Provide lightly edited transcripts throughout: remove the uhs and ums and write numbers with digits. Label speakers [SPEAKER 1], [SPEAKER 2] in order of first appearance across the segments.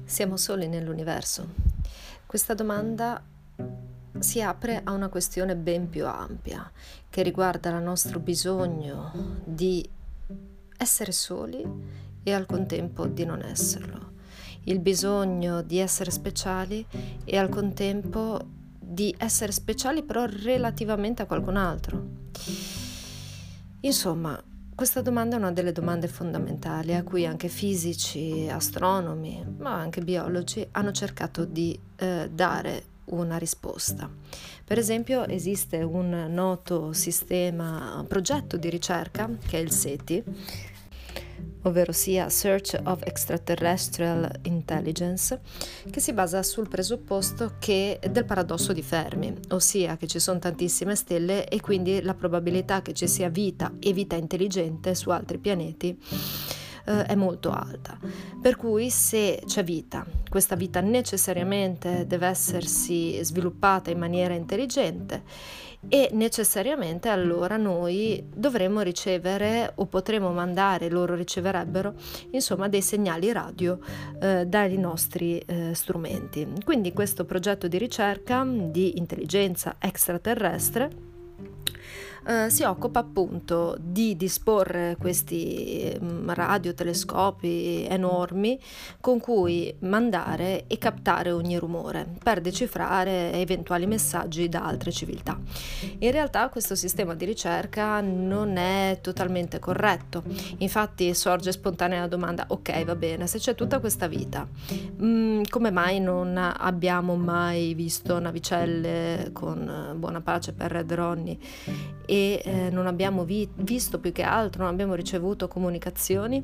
[SPEAKER 1] Siamo soli nell'universo? Questa domanda si apre a una questione ben più ampia, che riguarda il nostro bisogno di essere soli e al contempo di non esserlo, il bisogno di essere speciali e al contempo di essere speciali però relativamente a qualcun altro. Insomma, questa domanda è una delle domande fondamentali a cui anche fisici, astronomi, ma anche biologi hanno cercato di dare una risposta. Per esempio, esiste un noto progetto di ricerca che è il SETI, ovvero sia Search of Extraterrestrial Intelligence, che si basa sul presupposto del paradosso di Fermi, ossia che ci sono tantissime stelle e quindi la probabilità che ci sia vita e vita intelligente su altri pianeti è molto alta. Per cui se c'è vita, questa vita necessariamente deve essersi sviluppata in maniera intelligente e necessariamente allora noi dovremo ricevere o potremo mandare, loro riceverebbero insomma dei segnali radio dai nostri strumenti. Quindi questo progetto di ricerca di intelligenza extraterrestre si occupa appunto di disporre questi radiotelescopi enormi con cui mandare e captare ogni rumore per decifrare eventuali messaggi da altre civiltà. In realtà questo sistema di ricerca non è totalmente corretto, infatti sorge spontanea la domanda: ok, va bene, se c'è tutta questa vita, come mai non abbiamo mai visto navicelle, con buona pace per Red Ronnie, e non abbiamo visto, più che altro non abbiamo ricevuto comunicazioni?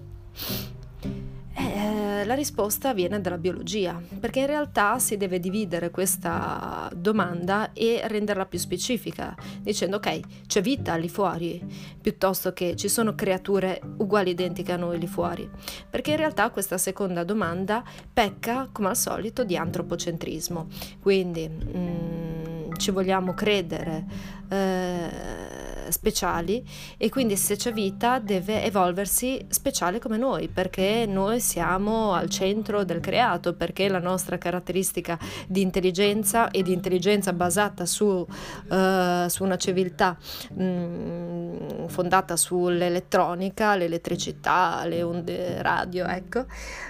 [SPEAKER 1] La risposta viene dalla biologia, perché in realtà si deve dividere questa domanda e renderla più specifica, dicendo ok, c'è vita lì fuori, piuttosto che ci sono creature uguali identiche a noi lì fuori, perché in realtà questa seconda domanda pecca, come al solito, di antropocentrismo, quindi ci vogliamo credere speciali e quindi se c'è vita deve evolversi speciale come noi, perché noi siamo al centro del creato, perché la nostra caratteristica di intelligenza e di intelligenza basata su una civiltà fondata sull'elettronica, l'elettricità, le onde radio, ecco,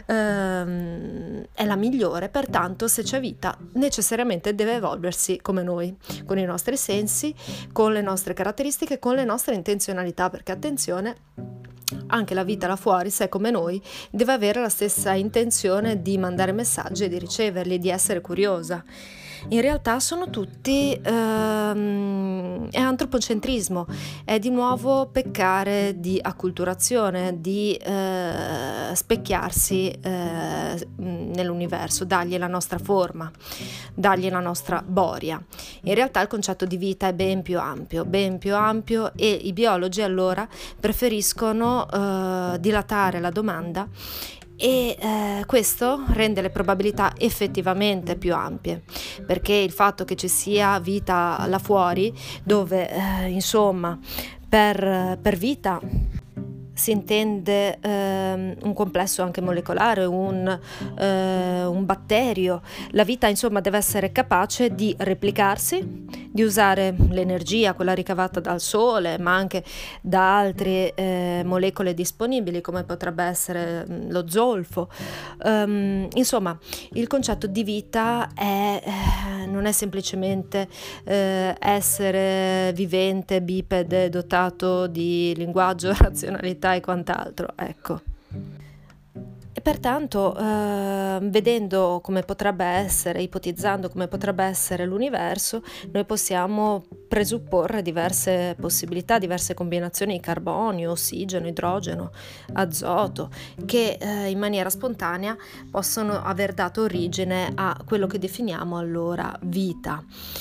[SPEAKER 1] è la migliore. Pertanto se c'è vita necessariamente deve evolversi come noi, con i nostri sensi, con le nostre caratteristiche, con le nostre intenzionalità, perché attenzione, anche la vita là fuori, se è come noi, deve avere la stessa intenzione di mandare messaggi e di riceverli, di essere curiosa. In realtà sono tutti è antropocentrismo, è di nuovo peccare di acculturazione, di specchiarsi nell'universo, dargli la nostra forma, dargli la nostra boria. In realtà il concetto di vita è ben più ampio e i biologi allora preferiscono dilatare la domanda e questo rende le probabilità effettivamente più ampie, perché il fatto che ci sia vita là fuori, dove insomma per vita si intende un complesso anche molecolare, un batterio. La vita insomma deve essere capace di replicarsi, di usare l'energia, quella ricavata dal sole, ma anche da altre molecole disponibili, come potrebbe essere lo zolfo. Insomma, il concetto di vita non è semplicemente essere vivente, bipede, dotato di linguaggio, razionalità e quant'altro, ecco. E pertanto, vedendo come potrebbe essere, ipotizzando come potrebbe essere l'universo, noi possiamo presupporre diverse possibilità, diverse combinazioni di carbonio, ossigeno, idrogeno, azoto, che in maniera spontanea possono aver dato origine a quello che definiamo allora vita.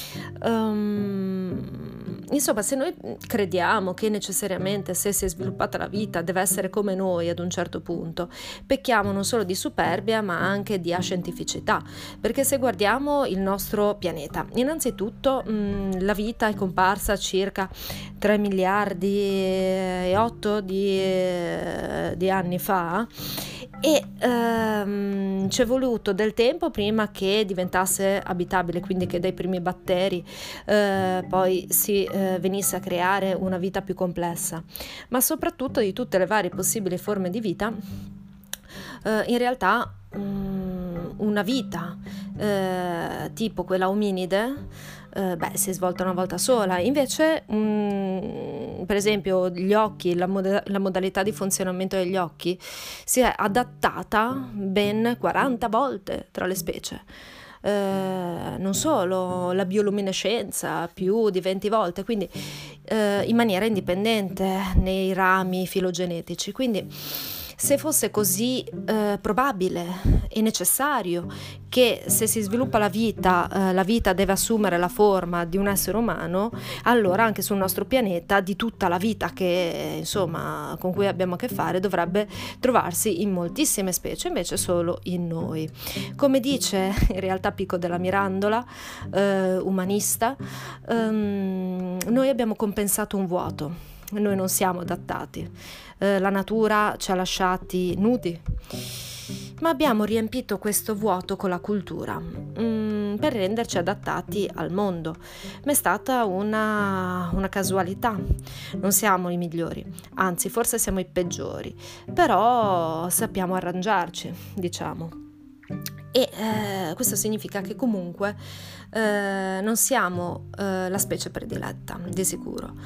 [SPEAKER 1] Insomma, se noi crediamo che necessariamente se si è sviluppata la vita deve essere come noi ad un certo punto, pecchiamo non solo di superbia ma anche di ascientificità, perché se guardiamo il nostro pianeta, innanzitutto la vita è comparsa circa 3 miliardi e 8 di anni fa Ci è voluto del tempo prima che diventasse abitabile, quindi che dai primi batteri poi si venisse a creare una vita più complessa, ma soprattutto di tutte le varie possibili forme di vita. In realtà una vita tipo quella ominide si è svolta una volta sola. Invece per esempio gli occhi, la modalità di funzionamento degli occhi si è adattata ben 40 volte tra le specie. Non solo, la bioluminescenza più di 20 volte, quindi in maniera indipendente nei rami filogenetici. Quindi se fosse così probabile e necessario che se si sviluppa la vita deve assumere la forma di un essere umano, allora anche sul nostro pianeta di tutta la vita che insomma con cui abbiamo a che fare dovrebbe trovarsi in moltissime specie, invece solo in noi. Come dice in realtà Pico della Mirandola, umanista, noi abbiamo compensato un vuoto. Noi non siamo adattati, la natura ci ha lasciati nudi, ma abbiamo riempito questo vuoto con la cultura per renderci adattati al mondo. Ma è stata una casualità, non siamo i migliori, anzi forse siamo i peggiori, però sappiamo arrangiarci, diciamo. E questo significa che comunque non siamo la specie prediletta, di sicuro.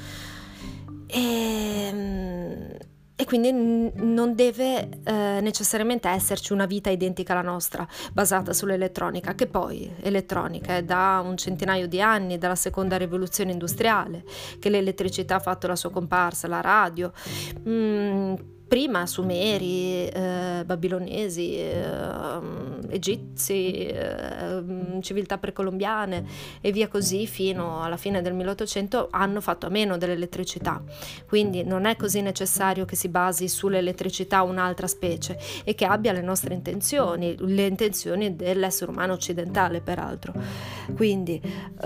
[SPEAKER 1] E quindi non deve necessariamente esserci una vita identica alla nostra, basata sull'elettronica, che poi elettronica è da un centinaio di anni, dalla seconda rivoluzione industriale, che l'elettricità ha fatto la sua comparsa, la radio. Prima Sumeri, babilonesi, egizi, civiltà precolombiane e via così fino alla fine del 1800 hanno fatto a meno dell'elettricità. Quindi non è così necessario che si basi sull'elettricità un'altra specie e che abbia le nostre intenzioni, le intenzioni dell'essere umano occidentale peraltro. Quindi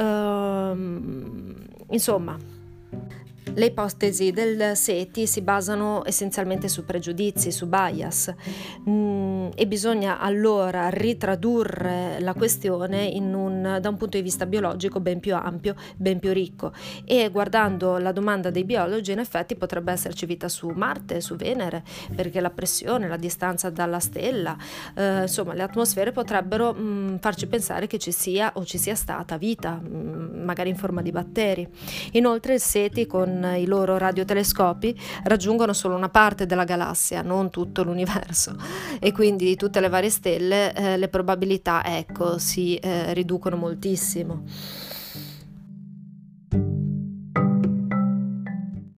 [SPEAKER 1] insomma, le ipotesi del SETI si basano essenzialmente su pregiudizi, su bias, e bisogna allora ritradurre la questione da un punto di vista biologico ben più ampio, ben più ricco. E guardando la domanda dei biologi, in effetti potrebbe esserci vita su Marte, su Venere, perché la pressione, la distanza dalla stella, insomma le atmosfere potrebbero farci pensare che ci sia o ci sia stata vita, magari in forma di batteri. Inoltre il SETI con i loro radiotelescopi raggiungono solo una parte della galassia, non tutto l'universo, e quindi di tutte le varie stelle le probabilità si riducono moltissimo.